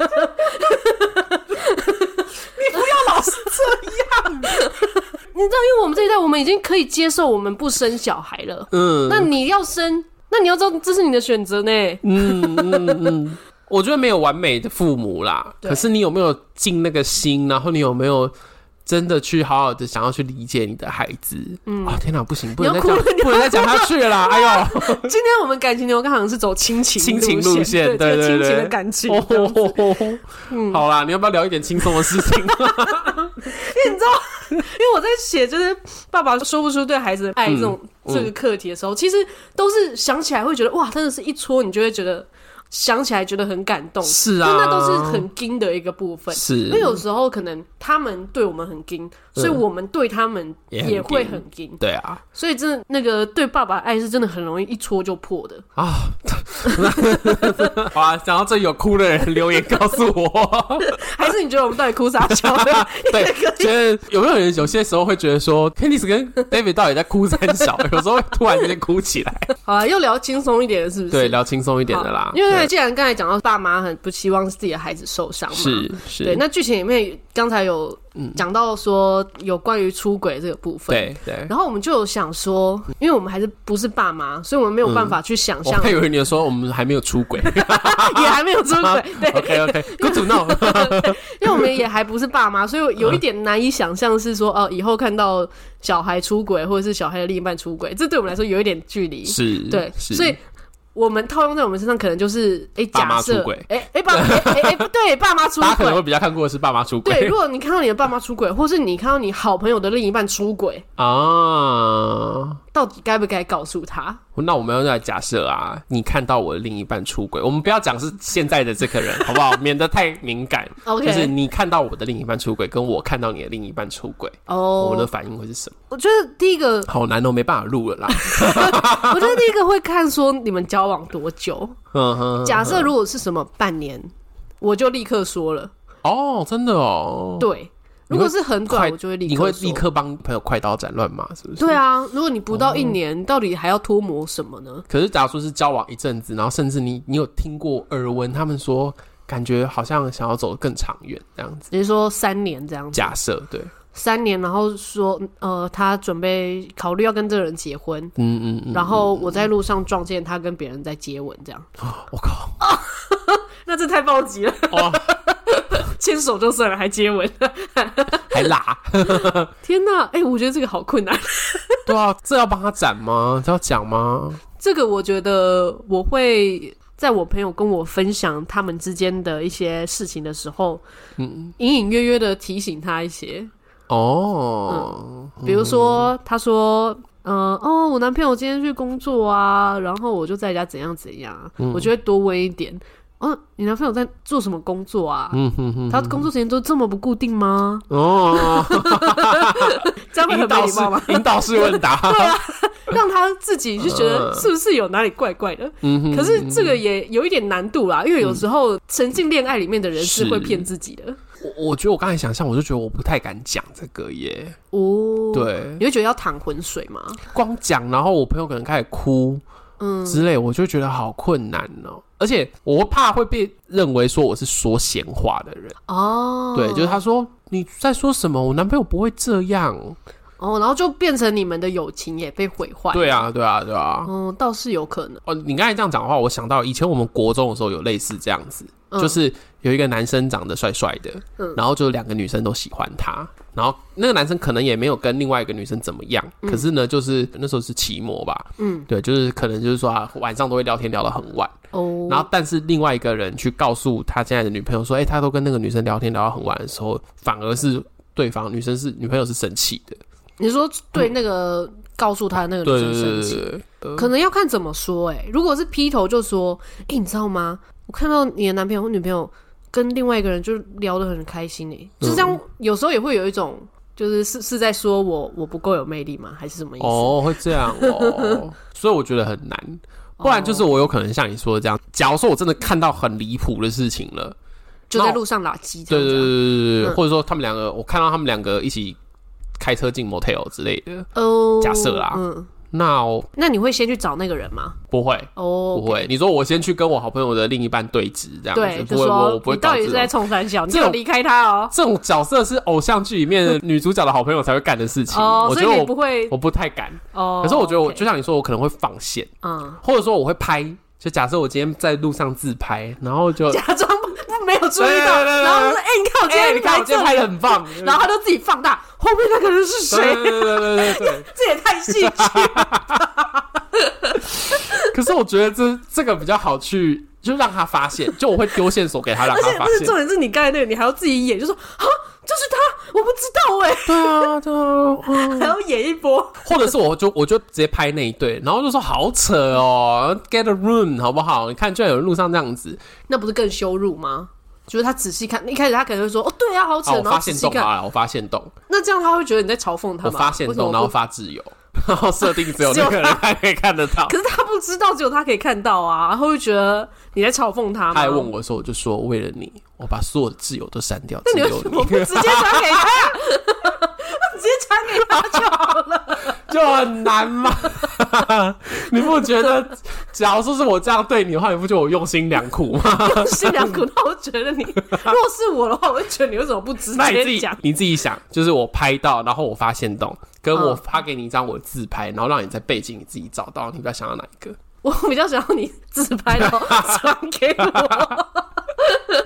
[SPEAKER 2] 不要老是这样。你知道，因为我们这一代，我们已经可以接受我们不生小孩了。那你要生，那你要知道这是你的选择呢。
[SPEAKER 1] 我觉得没有完美的父母啦，可是你有没有尽那个心，然后你有没有真的去好好的想要去理解你的孩子？天哪，不行，不能再讲下去了啦！哎呦，
[SPEAKER 2] 今天我们感情牛好像是走亲情路线，对，亲情的感情。
[SPEAKER 1] 好啦，你要不要聊一点轻松的事情？
[SPEAKER 2] 因为你知道，因为我在写就是爸爸说不出对孩子的爱这个课题的时候，其实都是想起来会觉得哇，真的是一戳你就会觉得。想起来觉得很感动，是啊，那都是很硬的一个部分。是，因为有时候可能他们对我们很硬，所以我们对他们也会很硬。对啊，所以真的那个对爸爸的爱是真的很容易一戳就破的啊。
[SPEAKER 1] 好啊，讲到这有哭的人留言告诉我，
[SPEAKER 2] 还是你觉得我们到底哭啥笑的？
[SPEAKER 1] 对，觉得有没有人有些时候会觉得说 Candice 跟 David 到底在哭三小，有时候会突然间哭起来。
[SPEAKER 2] 好啊，又聊轻松一点的，是不是？
[SPEAKER 1] 对，聊轻松一点的啦，
[SPEAKER 2] 因为。既然刚才讲到爸妈很不希望自己的孩子受伤嘛，是，对。那剧情里面刚才有讲到说有关于出轨这个部分，对。然后我们就有想说，因为我们还是不是爸妈，所以我们没有办法去想象。
[SPEAKER 1] 我还以为你说我们还没有出轨，
[SPEAKER 2] 也还没有出轨。对
[SPEAKER 1] ，OK，Good to know。
[SPEAKER 2] 因为我们也还不是爸妈，所以有一点难以想象是说，以后看到小孩出轨或者是小孩的另一半出轨，这对我们来说有一点距离。是，对，所以。 我们套用在我们身上，可能就是
[SPEAKER 1] 爸妈
[SPEAKER 2] 假设
[SPEAKER 1] 出轨，
[SPEAKER 2] 不对，爸妈出轨，
[SPEAKER 1] 大家可能会比较看过的是爸妈出轨。
[SPEAKER 2] 对，如果你看到你的爸妈出轨，或是你看到你好朋友的另一半出轨
[SPEAKER 1] 啊，
[SPEAKER 2] 到底该不该告诉他？
[SPEAKER 1] 那我们要来假设啊，你看到我的另一半出轨，我们不要讲是现在的这个人，好不好？免得太敏感。
[SPEAKER 2] OK，
[SPEAKER 1] 就是你看到我的另一半出轨，跟我看到你的另一半出轨，我们的反应会是什么？
[SPEAKER 2] 我觉得第一个
[SPEAKER 1] 好难哦，没办法录了啦。
[SPEAKER 2] 我觉得第一个会看说你们交往多久。假设如果是什么半年，我就立刻说了。
[SPEAKER 1] 哦，真的哦。
[SPEAKER 2] 对，如果是很短，我就会立刻说。
[SPEAKER 1] 你会立刻帮朋友快刀斩乱麻，是不是？
[SPEAKER 2] 对啊，如果你不到1年，到底还要拖磨什么呢？
[SPEAKER 1] 可是假如说是交往一阵子，然后甚至你有听过耳闻，他们说感觉好像想要走得更长远这样子。
[SPEAKER 2] 比如说3年这样子。假
[SPEAKER 1] 设对。
[SPEAKER 2] 3年，然后说他准备考虑要跟这个人结婚，然后我在路上撞见他跟别人在接吻，这样。
[SPEAKER 1] 我靠，
[SPEAKER 2] 那这太暴击了！牵手就算了，还接吻，
[SPEAKER 1] 还拉！
[SPEAKER 2] 天哪，我觉得这个好困难。
[SPEAKER 1] 对啊，这要帮他斩吗？这要讲吗？
[SPEAKER 2] 这个我觉得我会在我朋友跟我分享他们之间的一些事情的时候，隐隐约约的提醒他一些。比如说他说我男朋友今天去工作啊，然后我就在家怎样怎样，我就会多问一点。你男朋友在做什么工作啊？他工作时间都这么不固定吗？这样会很没礼貌吗？
[SPEAKER 1] 引导式问答。
[SPEAKER 2] 对啊，让他自己就觉得是不是有哪里怪怪的。可是这个也有一点难度啦，因为有时候沉浸恋爱里面的人是会骗自己的。
[SPEAKER 1] 我觉得我刚才想象，我就觉得我不太敢讲这个耶。对，
[SPEAKER 2] 你会觉得要淌浑水吗？
[SPEAKER 1] 光讲，然后我朋友可能开始哭，之类，我就觉得好困难哦。而且我怕会被认为说我是说闲话的人。对，就是他说你在说什么？我男朋友不会这样。
[SPEAKER 2] 然后就变成你们的友情也被毁坏。
[SPEAKER 1] 对啊。
[SPEAKER 2] 倒是有可能。
[SPEAKER 1] 你刚才这样讲的话，我想到以前我们国中的时候有类似这样子，就是有一个男生长得帅帅的，然后就2个女生都喜欢他，然后那个男生可能也没有跟另外一个女生怎么样，可是呢，就是那时候是期末吧，对，就是可能就是说晚上都会聊天聊得很晚，然后但是另外一个人去告诉他现在的女朋友说，他都跟那个女生聊天聊到很晚的时候，反而是对方女朋友是生气的。
[SPEAKER 2] 你说对那个告诉他的那个女生生气，可能要看怎么说。如果是劈头就说，你知道吗？我看到你的男朋友或女朋友跟另外一个人就聊得很开心就是这样。有时候也会有一种是在说我不够有魅力吗？还是什么意思？
[SPEAKER 1] 会这样所以我觉得很难。不然就是我有可能像你说的这样，假如说我真的看到很离谱的事情了，
[SPEAKER 2] 就在路上拉鸡，
[SPEAKER 1] 对，或者说他们2个，我看到他们2个一起开车进 motel 之类的，假设啦，
[SPEAKER 2] 那你会先去找那个人吗？
[SPEAKER 1] 不会，不会。你说我先去跟我好朋友的另一半对峙，这样子，
[SPEAKER 2] 对，就说我不会。你到底是在冲三小？你有离开他哦。这
[SPEAKER 1] 种角色是偶像剧里面的女主角的好朋友才会干的事情。我觉得我不会，我不太敢。可是我觉得我就像你说，我可能会放线，或者说我会拍。就假设我今天在路上自拍，然后就
[SPEAKER 2] 假装没有注意到，然后说：“你看我今天
[SPEAKER 1] 拍得很棒。”
[SPEAKER 2] 然后他就自己放大，后面那个人是谁？
[SPEAKER 1] 对，
[SPEAKER 2] 这也太戏剧了。
[SPEAKER 1] 可是我觉得这个比较好去，就让他发现，就我会丢线索给他，让他发现。
[SPEAKER 2] 重点是你刚才那个，你还要自己演，就说啊，就是他，我不知道
[SPEAKER 1] 对啊，
[SPEAKER 2] 还要演一波。
[SPEAKER 1] 或者是我就直接拍那一对，然后就说好扯哦 ，get a room 好不好？你看，居然有人路上这样子，
[SPEAKER 2] 那不是更羞辱吗？就是他仔细看，一开始他可能会说：“对啊，好扯。”然后仔细看，
[SPEAKER 1] 我发现洞。
[SPEAKER 2] 那这样他会觉得你在嘲讽他吗？
[SPEAKER 1] 我发现洞，然后发自由。然后设定只有那个人才可以看得到，
[SPEAKER 2] 可是他不知道只有他可以看到啊，他会觉得你在嘲讽他吗？
[SPEAKER 1] 他还问我的时候，我就说为了你，我把所有的挚友都删掉，
[SPEAKER 2] 那你为什么不直接传给他？直接传给他就好了，
[SPEAKER 1] 就很难吗？你不觉得？假如说是我这样对你的话，你不觉得我用心良苦吗？
[SPEAKER 2] 用心良苦，那我觉得你，如果是我的话，我会觉得你为什么不直接讲？
[SPEAKER 1] 你自己想，就是我拍到，然后我发现洞。跟我发给你一张我的自拍，然后让你在背景你自己找到，你比较想要哪一个？
[SPEAKER 2] 我比较想要你自拍，然后传给我。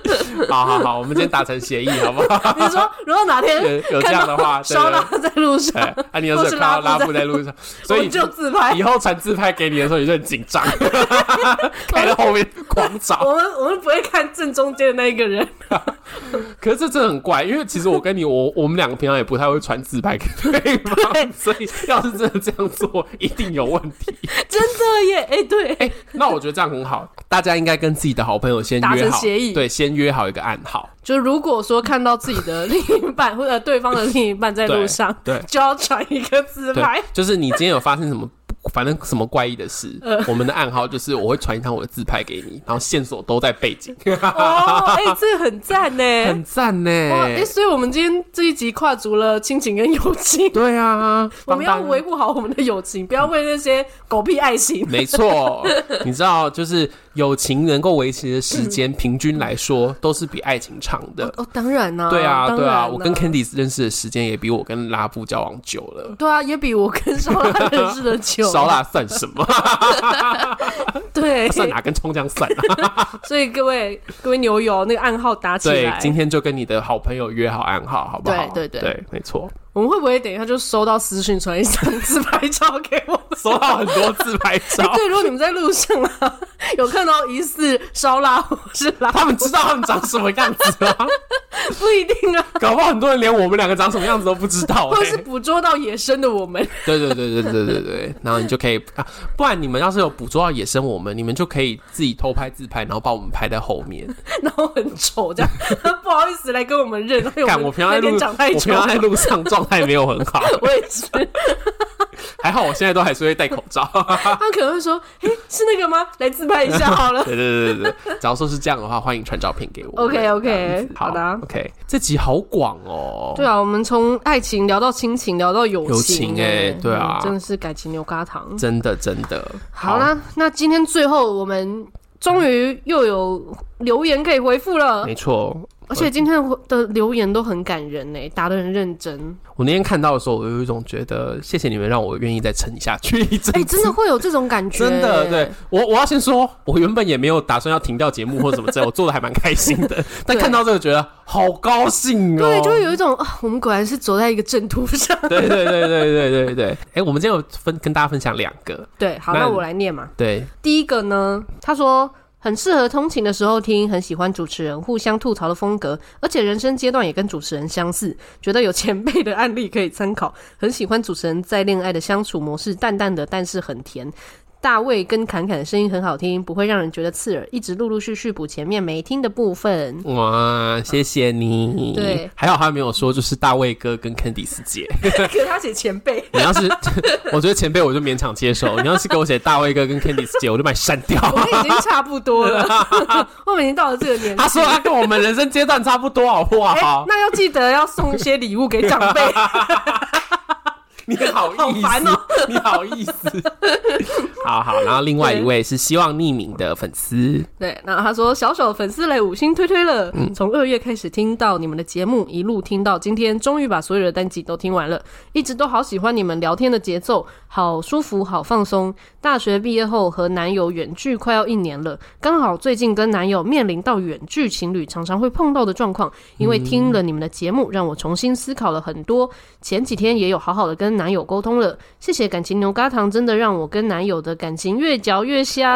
[SPEAKER 1] 好，我们今天达成协议好不好？
[SPEAKER 2] 你说如果哪天
[SPEAKER 1] 有这样的话，
[SPEAKER 2] 烧腊在路上，
[SPEAKER 1] 你有时候看到拉布在路上，所以
[SPEAKER 2] 就自拍。
[SPEAKER 1] 以后传自拍给你的时候，你就很紧张，开在后面狂找。
[SPEAKER 2] 我们不会看正中间的那一个人。
[SPEAKER 1] 可是这真的很怪，因为其实我跟你，我们两个平常也不太会传自拍给对方，所以要是真的这样做，一定有问题。
[SPEAKER 2] 真的耶，对，
[SPEAKER 1] 那我觉得这样很好，大家应该跟自己的好朋友先约好，
[SPEAKER 2] 达成协议，
[SPEAKER 1] 对，先约好一个暗号。
[SPEAKER 2] 就如果说看到自己的另一半或者对方的另一半在路上，
[SPEAKER 1] 对，
[SPEAKER 2] 就要传一个自拍，
[SPEAKER 1] 就是你今天有发生什么。反正什么怪异的事，我们的暗号就是我会传一张我的自拍给你，然后线索都在背景。
[SPEAKER 2] 这个很赞呢，
[SPEAKER 1] 很赞呢。
[SPEAKER 2] 所以我们今天这一集跨足了亲情跟友情。
[SPEAKER 1] 对啊，
[SPEAKER 2] 我们要维护好我们的友情，不要为那些狗屁爱情。
[SPEAKER 1] 没错，你知道，就是友情能够维持的时间，平均来说都是比爱情长的。
[SPEAKER 2] 当然啦，
[SPEAKER 1] 对啊，我跟 Candice 认识的时间也比我跟拉布交往久了。
[SPEAKER 2] 对啊，也比我跟烧腊认识的久。
[SPEAKER 1] 烧腊算什么？
[SPEAKER 2] 对，
[SPEAKER 1] 算哪根葱姜算啊？
[SPEAKER 2] 所以各位牛友，那个暗号打起来。
[SPEAKER 1] 对，今天就跟你的好朋友约好暗号，好不好？
[SPEAKER 2] 对，
[SPEAKER 1] 没错。
[SPEAKER 2] 我们会不会等一下就收到私讯传一张自拍照给我们？
[SPEAKER 1] 收到很多自拍照。
[SPEAKER 2] 对，如果你们在路上啊，有看到疑似烧腊或是拉布，
[SPEAKER 1] 他们知道他们长什么样子吗？
[SPEAKER 2] 不一定啊，
[SPEAKER 1] 搞不好很多人连我们两个长什么样子都不知道，
[SPEAKER 2] 或是捕捉到野生的我们。
[SPEAKER 1] 对，然后你就可以不然你们要是有捕捉到野生我们，你们就可以自己偷拍自拍，然后把我们拍在后面，
[SPEAKER 2] 然后很丑这样，不好意思来跟我们认。
[SPEAKER 1] 我平常在路上状态没有很好，
[SPEAKER 2] 我也是。
[SPEAKER 1] 还好我现在都还是会戴口罩。
[SPEAKER 2] 他们可能会说：“是那个吗？来自拍一下好了。”
[SPEAKER 1] 对。假如说是这样的话，欢迎传照片给我。
[SPEAKER 2] OK， 好的。
[SPEAKER 1] OK， 这集好广哦。
[SPEAKER 2] 对啊，我们从爱情聊到亲情，聊到友情，
[SPEAKER 1] 对啊，
[SPEAKER 2] 真的是改情牛轧糖，
[SPEAKER 1] 真的。
[SPEAKER 2] 好啦，那今天最后我们终于又有留言可以回复了，
[SPEAKER 1] 没错。
[SPEAKER 2] 而且今天的留言都很感人耶，打得很认真。
[SPEAKER 1] 我那天看到的时候，我有一种觉得，谢谢你们让我愿意再撑下去一阵子。
[SPEAKER 2] 真的会有这种感觉。
[SPEAKER 1] 真的，对我要先说，我原本也没有打算要停掉节目或什么之类，我做的还蛮开心的。但看到这个，觉得好高兴哦。
[SPEAKER 2] 对，就会有一种我们果然是走在一个正途上。
[SPEAKER 1] 对。我们今天有跟大家分享2个。
[SPEAKER 2] 对，好，那我来念嘛。
[SPEAKER 1] 对，
[SPEAKER 2] 第一个呢，他说。很适合通勤的时候听，很喜欢主持人互相吐槽的风格，而且人生阶段也跟主持人相似，觉得有前辈的案例可以参考。很喜欢主持人在恋爱的相处模式，淡淡的但是很甜。大卫跟侃侃的声音很好听，不会让人觉得刺耳，一直陆续补前面没听的部分。
[SPEAKER 1] 哇，谢谢你。对，还好他没有说就是大卫哥跟 Candice 姐，
[SPEAKER 2] 可他写前辈。
[SPEAKER 1] 你要是我觉得前辈我就勉强接受，你要是给我写大卫哥跟 Candice 姐，我就把你删掉。
[SPEAKER 2] 我们已经差不多了，我们已经到了这个年纪。
[SPEAKER 1] 他说他跟我们人生阶段差不多，好不好？
[SPEAKER 2] 那要记得要送一些礼物给长辈。
[SPEAKER 1] 你好意思，好烦哦！你好意思，好，然后另外一位是希望匿名的粉丝，
[SPEAKER 2] 对，然后他说小小粉丝来5星推了，从2月开始听到你们的节目，一路听到今天，终于把所有的单集都听完了，一直都好喜欢你们聊天的节奏，好舒服，好放松。大学毕业后和男友远距快要1年了，刚好最近跟男友面临到远距情侣常常会碰到的状况，因为听了你们的节目，让我重新思考了很多。前几天也有好好的跟男友沟通了，谢谢感情牛轧糖，真的让我跟男友的感情越嚼越香。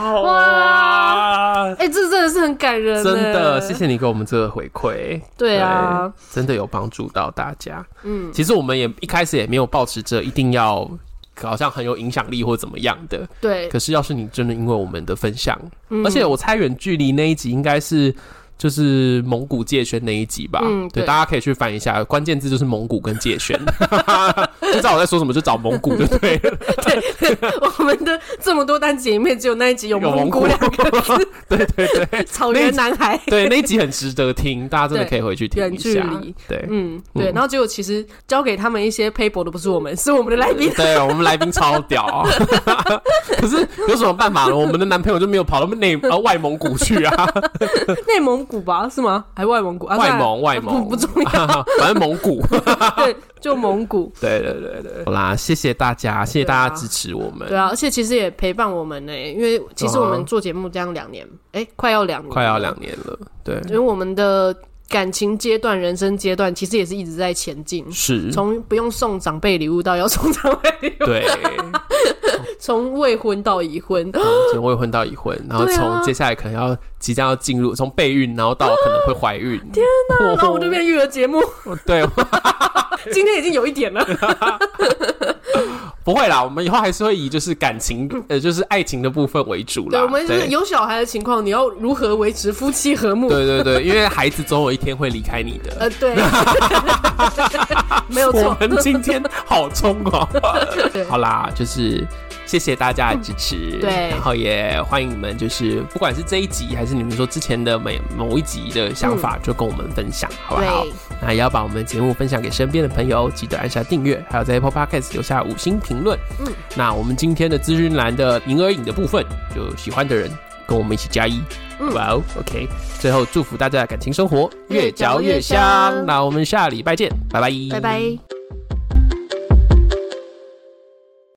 [SPEAKER 2] 哇，这真的是很感人，
[SPEAKER 1] 真的，谢谢你给我们这个回馈。
[SPEAKER 2] 对啊，
[SPEAKER 1] 真的有帮助到大家。其实我们也一开始也没有抱持着一定要好像很有影响力或怎么样的。对，可是要是你真的因为我们的分享，而且我猜远距离那一集应该是就是蒙古介轩那一集吧，对，大家可以去翻一下，关键字就是蒙古跟介轩，就知道我在说什么，就找蒙古就对了。
[SPEAKER 2] 对，我们的这么多单集里面，只有那一集有蒙古2个字，
[SPEAKER 1] 对，
[SPEAKER 2] 草原男孩，
[SPEAKER 1] 对，那一集很值得听，大家真的可以回去听一下。远距离，对，
[SPEAKER 2] 对，然后结果其实交给他们一些 paper 的不是我们，是我们的来宾，
[SPEAKER 1] 对，我们来宾超屌，可是有什么办法呢？我们的男朋友就没有跑到外蒙古去啊，
[SPEAKER 2] 内蒙古。 古吧？是吗？还外蒙古？
[SPEAKER 1] 外蒙
[SPEAKER 2] 不重要，
[SPEAKER 1] 反正蒙古。
[SPEAKER 2] 对，就蒙古。
[SPEAKER 1] 对，好啦，谢谢大家，谢谢大家支持我们。
[SPEAKER 2] 对啊，而且其实也陪伴我们呢，因为其实我们做节目这样2年，快要2年了。对，因为我们的感情阶段、人生阶段，其实也是一直在前进。
[SPEAKER 1] 是，
[SPEAKER 2] 从不用送长辈礼物到要送长辈礼物。
[SPEAKER 1] 对。
[SPEAKER 2] 从未婚到已婚，
[SPEAKER 1] 从未婚到已婚，然后从接下来可能即将要进入，从备孕，然后到可能会怀孕。
[SPEAKER 2] 天哪！然后我就变育儿节目。
[SPEAKER 1] 对，
[SPEAKER 2] 今天已经有一点了。
[SPEAKER 1] 不会啦，我们以后还是会以就是感情，就是爱情的部分为主啦。
[SPEAKER 2] 对，我们就是有小孩的情况，你要如何维持夫妻和睦？
[SPEAKER 1] 对，因为孩子总有一天会离开你的。
[SPEAKER 2] 对，没有错。
[SPEAKER 1] 我们今天好冲哦。好啦，就是谢谢大家的支持。
[SPEAKER 2] 对，
[SPEAKER 1] 然后也欢迎你们，就是不管是这一集还是你们说之前的某一集的想法，就跟我们分享，好不好？那也要把我们的节目分享给身边的朋友，记得按下订阅，还有在 Apple Podcast 留下5星评论。那我们今天的资讯栏的银耳饮的部分，就喜欢的人跟我们一起加1。哇哦 ，OK。最后祝福大家的感情生活越嚼越香。那我们下礼拜见，拜拜，
[SPEAKER 2] 拜拜。